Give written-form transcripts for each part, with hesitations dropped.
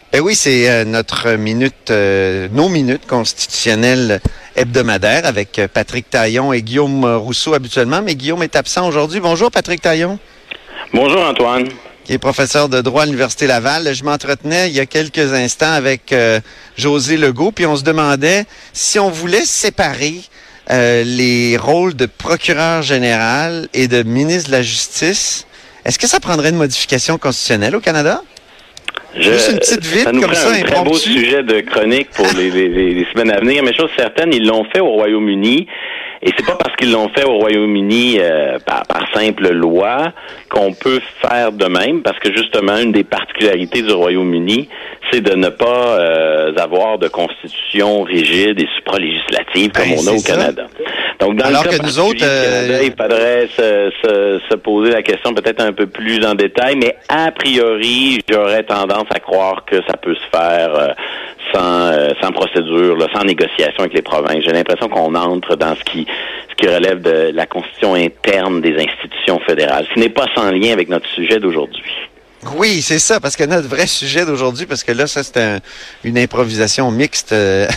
Ben oui, c'est notre minute, nos minutes constitutionnelles hebdomadaires avec Patrick Taillon et Guillaume Rousseau habituellement, mais Guillaume est absent aujourd'hui. Bonjour Patrick Taillon. Bonjour Antoine. Qui est professeur de droit à l'Université Laval. Je m'entretenais il y a quelques instants avec José Legault, puis on se demandait si on voulait séparer les rôles de procureur général et de ministre de la Justice. Est-ce que ça prendrait une modification constitutionnelle au Canada? Juste une petite vite, ça nous comme ferait ça, un très beau sujet de chronique pour les semaines à venir. Mais chose certaine, ils l'ont fait au Royaume-Uni. Et c'est pas parce qu'ils l'ont fait au Royaume-Uni par simple loi qu'on peut faire de même, parce que justement, une des particularités du Royaume-Uni, c'est de ne pas avoir de constitution rigide et supralégislative comme on a au Canada. Donc, dans alors le cas que nous autres, Canada, il faudrait se poser la question peut-être un peu plus en détail, mais a priori, j'aurais tendance à croire que ça peut se faire sans procédure, là, sans négociation avec les provinces. J'ai l'impression qu'on entre dans ce qui relève de la constitution interne des institutions fédérales, ce qui n'est pas sans lien avec notre sujet d'aujourd'hui. Oui, c'est ça, parce que notre vrai sujet d'aujourd'hui, parce que là, ça, c'était une improvisation mixte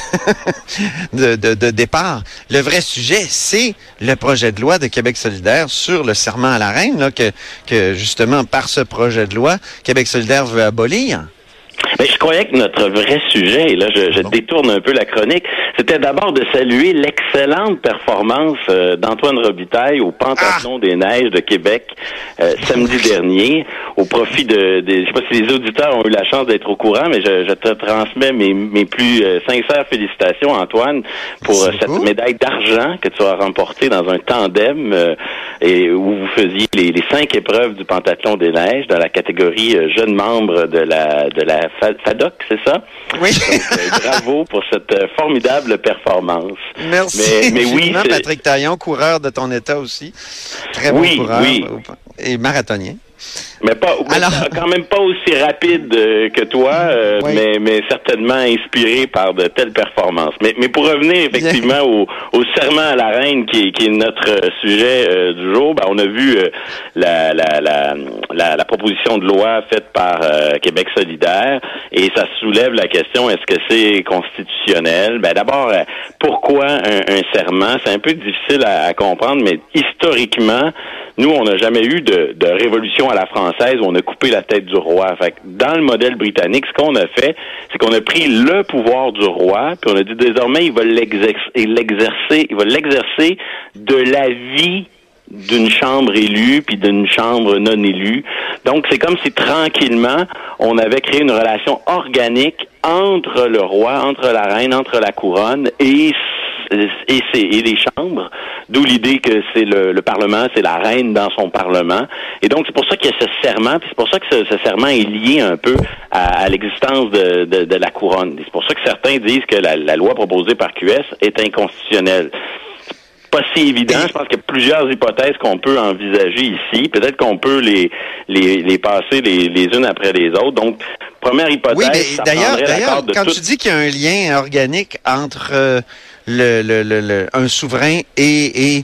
de départ. Le vrai sujet, c'est le projet de loi de Québec solidaire sur le serment à la reine, là, que justement, par ce projet de loi, Québec solidaire veut abolir. Mais je croyais que notre vrai sujet, et là je détourne un peu la chronique, c'était d'abord de saluer l'excellente performance d'Antoine Robitaille au Pentathlon des Neiges de Québec samedi dernier, au profit de je sais pas si les auditeurs ont eu la chance d'être au courant, mais je te transmets mes plus sincères félicitations, Antoine, pour cette médaille d'argent que tu as remportée dans un tandem et où vous faisiez les 5 épreuves du Pentathlon des Neiges dans la catégorie jeunes membres de la FADOC, c'est ça? Oui. Donc, bravo pour cette formidable performance. Merci. Mais oui, Patrick Taillon, coureur de ton état aussi. Très bon coureur. Oui. Et marathonien. Mais quand même pas aussi rapide que toi, mais certainement inspiré par de telles performances. Mais pour revenir effectivement au serment à la reine qui est notre sujet du jour, on a vu la proposition de loi faite par Québec solidaire et ça soulève la question, est-ce que c'est constitutionnel? D'abord, pourquoi un serment? C'est un peu difficile à comprendre, mais historiquement, nous, on n'a jamais eu de révolution à la française où on a coupé la tête du roi. Fait que dans le modèle britannique, ce qu'on a fait, c'est qu'on a pris le pouvoir du roi, puis on a dit désormais, il va l'exercer de la vie d'une chambre élue puis d'une chambre non élue. Donc, c'est comme si tranquillement, on avait créé une relation organique entre le roi, entre la reine, entre la couronne et les chambres, d'où l'idée que c'est le Parlement, c'est la reine dans son Parlement. Et donc, c'est pour ça qu'il y a ce serment, puis c'est pour ça que ce serment est lié un peu à l'existence de la couronne. Et c'est pour ça que certains disent que la loi proposée par QS est inconstitutionnelle. Pas si évident. Je pense qu'il y a plusieurs hypothèses qu'on peut envisager ici. Peut-être qu'on peut les passer les unes après les autres. Donc, première hypothèse. Oui, mais d'ailleurs, quand tu dis qu'il y a un lien organique entre un souverain et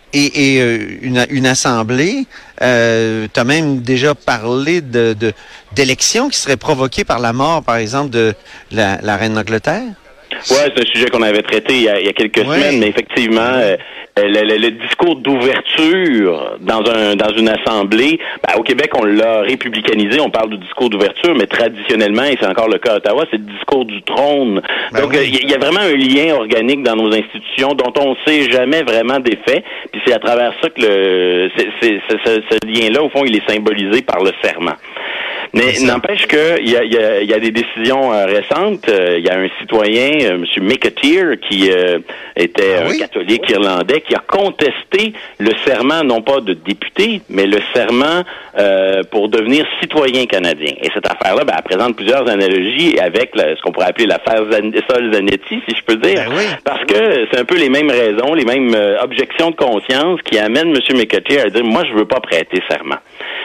une assemblée, tu as même déjà parlé d'élections qui seraient provoquées par la mort, par exemple, de la reine d'Angleterre. Oui, c'est un sujet qu'on avait traité il y a quelques semaines, mais effectivement, le discours d'ouverture dans une assemblée, au Québec, on l'a républicanisé, on parle du discours d'ouverture, mais traditionnellement, et c'est encore le cas à Ottawa, c'est le discours du trône. Donc, il y a vraiment un lien organique dans nos institutions dont on ne sait jamais vraiment d'effet, puis c'est à travers ça que ce lien-là, au fond, il est symbolisé par le serment. Mais n'empêche que il y a des décisions récentes. Il y a un citoyen, M. McAteer, qui était un catholique irlandais, qui a contesté le serment, non pas de député, mais le serment pour devenir citoyen canadien. Et cette affaire-là, elle présente plusieurs analogies avec ce qu'on pourrait appeler l'affaire Sol Zanetti, si je peux dire. Parce que c'est un peu les mêmes raisons, les mêmes objections de conscience qui amènent M. McAteer à dire, moi, je veux pas prêter serment.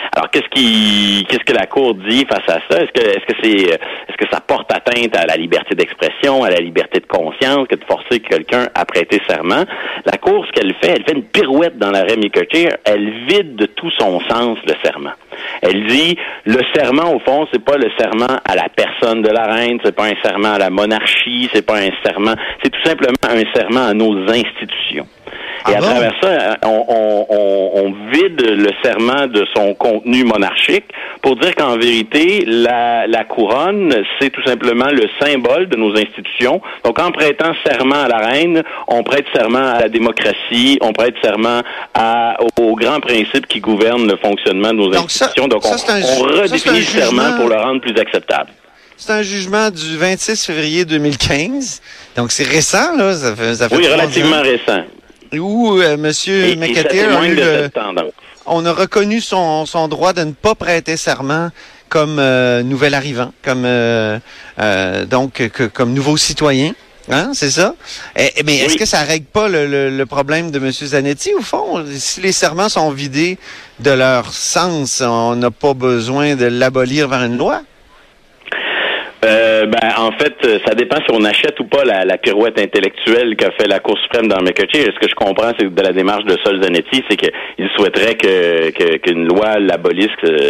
Alors, qu'est-ce que la Cour dit face à ça? Est-ce que ça porte atteinte à la liberté d'expression, à la liberté de conscience, que de forcer quelqu'un à prêter serment? La Cour, ce qu'elle fait une pirouette dans l'arrêt McCutcheer, elle vide de tout son sens le serment. Elle dit, le serment, au fond, c'est pas le serment à la personne de la reine, c'est pas un serment à la monarchie, c'est pas un serment, c'est tout simplement un serment à nos institutions. Et à travers ça, on vide le serment de son contenu monarchique pour dire qu'en vérité, la couronne, c'est tout simplement le symbole de nos institutions. Donc, en prêtant serment à la reine, on prête serment à la démocratie, on prête serment aux grands principes qui gouvernent le fonctionnement de nos institutions. Donc, on redéfinit le serment pour le rendre plus acceptable. C'est un jugement du 26 février 2015. Donc, c'est récent, là. Ça fait oui, relativement récent. Où M. McCutcheer on a reconnu son droit de ne pas prêter serment comme nouvel arrivant, comme comme nouveau citoyen. Hein, c'est ça? Mais est-ce que ça règle pas le problème de M. Zanetti, au fond? Si les serments sont vidés de leur sens, on n'a pas besoin de l'abolir vers une loi? En fait, ça dépend si on achète ou pas la pirouette intellectuelle qu'a fait la Cour suprême dans McCutcheer. Ce que je comprends, c'est de la démarche de Sol Zanetti, c'est qu'il souhaiterait qu'une loi l'abolisse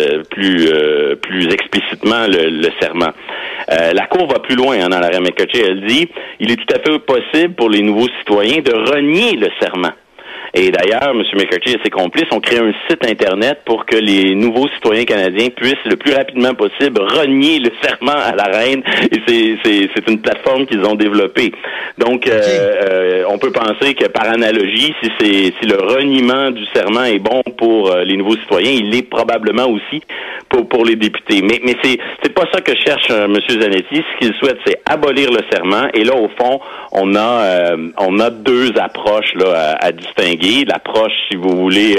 plus explicitement le serment. La Cour va plus loin dans l'arrêt McCutcheer. Elle dit, il est tout à fait possible pour les nouveaux citoyens de renier le serment. Et d'ailleurs, M. McCutcheer et ses complices ont créé un site Internet pour que les nouveaux citoyens canadiens puissent le plus rapidement possible renier le serment à la reine. Et c'est une plateforme qu'ils ont développée. Donc, on peut penser que par analogie, si le reniement du serment est bon pour les nouveaux citoyens, il l'est probablement aussi pour les députés. Mais c'est pas ça que cherche M. Zanetti. Ce qu'il souhaite, c'est abolir le serment. Et là, au fond, on a deux approches là à distinguer. L'approche, si vous voulez,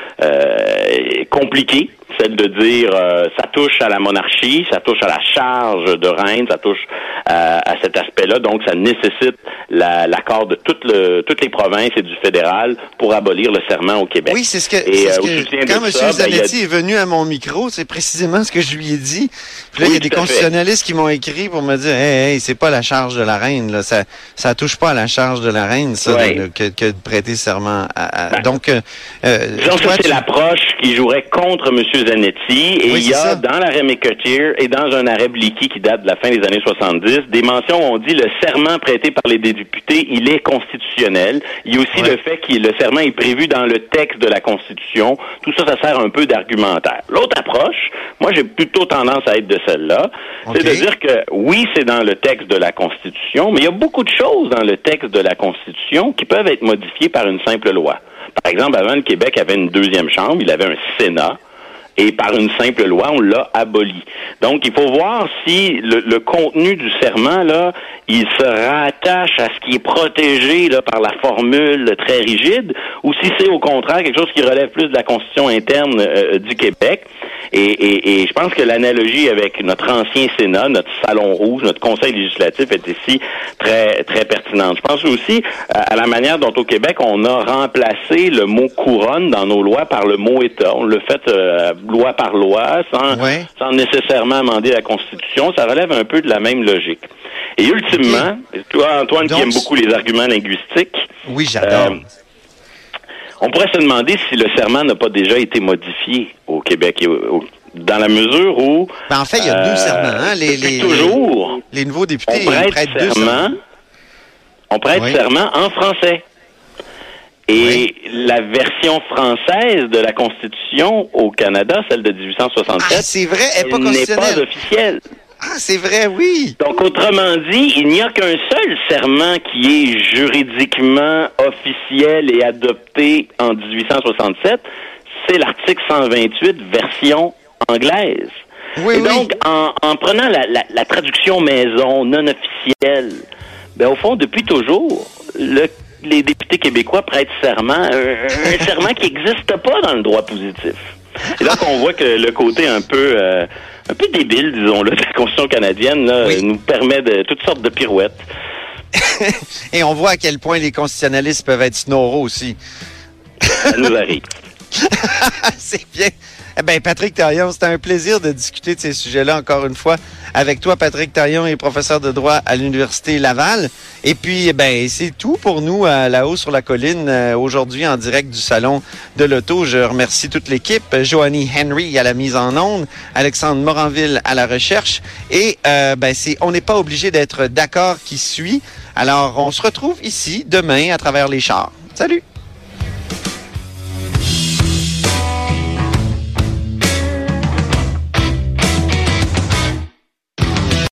compliquée, celle de dire ça touche à la monarchie, ça touche à la charge de reine, ça touche à cet aspect-là, donc ça nécessite l'accord de toutes les provinces et du fédéral pour abolir le serment au Québec. Oui, c'est ce que quand M. Zanetti est venu à mon micro, c'est précisément ce que je lui ai dit. Puis là, il y a des constitutionnalistes qui m'ont écrit pour me dire hey, c'est pas la charge de la reine, là, ça touche pas à la charge de la reine, ça, que de prêter serment donc disons que c'est l'approche qui jouerait contre M. Zanetti, et il y a dans l'arrêt McCutcheer et dans un arrêt Blakey qui date de la fin des années 70, des mentions où on dit le serment prêté par les députés, il est constitutionnel. Il y a aussi le fait que le serment est prévu dans le texte de la Constitution. Tout ça, ça sert un peu d'argumentaire. L'autre approche, moi j'ai plutôt tendance à être de celle-là, c'est de dire que oui, c'est dans le texte de la Constitution, mais il y a beaucoup de choses dans le texte de la Constitution qui peuvent être modifiées par une simple loi. Par exemple, avant, le Québec avait une deuxième chambre, il avait un Sénat, et par une simple loi, on l'a aboli. Donc, il faut voir si le contenu du serment, là, il se rattache à ce qui est protégé là, par la formule très rigide, ou si c'est au contraire quelque chose qui relève plus de la Constitution interne du Québec. Et je pense que l'analogie avec notre ancien Sénat, notre Salon Rouge, notre Conseil législatif est ici très, très pertinente. Je pense aussi à la manière dont au Québec, on a remplacé le mot couronne dans nos lois par le mot État. On l'a fait loi par loi, sans nécessairement amender la Constitution. Ça relève un peu de la même logique. Et ultimement, toi, Antoine, qui aime beaucoup les arguments linguistiques... Oui, j'adore. On pourrait se demander si le serment n'a pas déjà été modifié au Québec, dans la mesure où... En fait, il y a deux serments. Hein? Les nouveaux députés prêtent deux serments. On prête serment en français. Et la version française de la Constitution au Canada, celle de 1867, c'est vrai, elle n'est pas officielle. Ah, c'est vrai, oui. Donc, autrement dit, il n'y a qu'un seul serment qui est juridiquement officiel et adopté en 1867, c'est l'article 128, version anglaise. Oui, et donc, en prenant la traduction maison, non officielle, au fond, depuis toujours, les députés québécois prêtent serment, un serment qui n'existe pas dans le droit positif. Et donc, on voit que le côté un peu débile, disons-le, de la Constitution canadienne là, nous permet de toutes sortes de pirouettes. Et on voit à quel point les constitutionnalistes peuvent être snoraux aussi. Ça nous arrive. C'est bien. Eh bien, Patrick Taillon, c'était un plaisir de discuter de ces sujets-là encore une fois avec toi. Patrick Taillon est professeur de droit à l'Université Laval. Et puis, ben, c'est tout pour nous là-haut sur la colline aujourd'hui en direct du Salon de l'Auto. Je remercie toute l'équipe. Joanie Henry à la mise en onde, Alexandre Moranville à la recherche. Et on n'est pas obligé d'être d'accord qui suit. Alors, on se retrouve ici demain à travers les chars. Salut!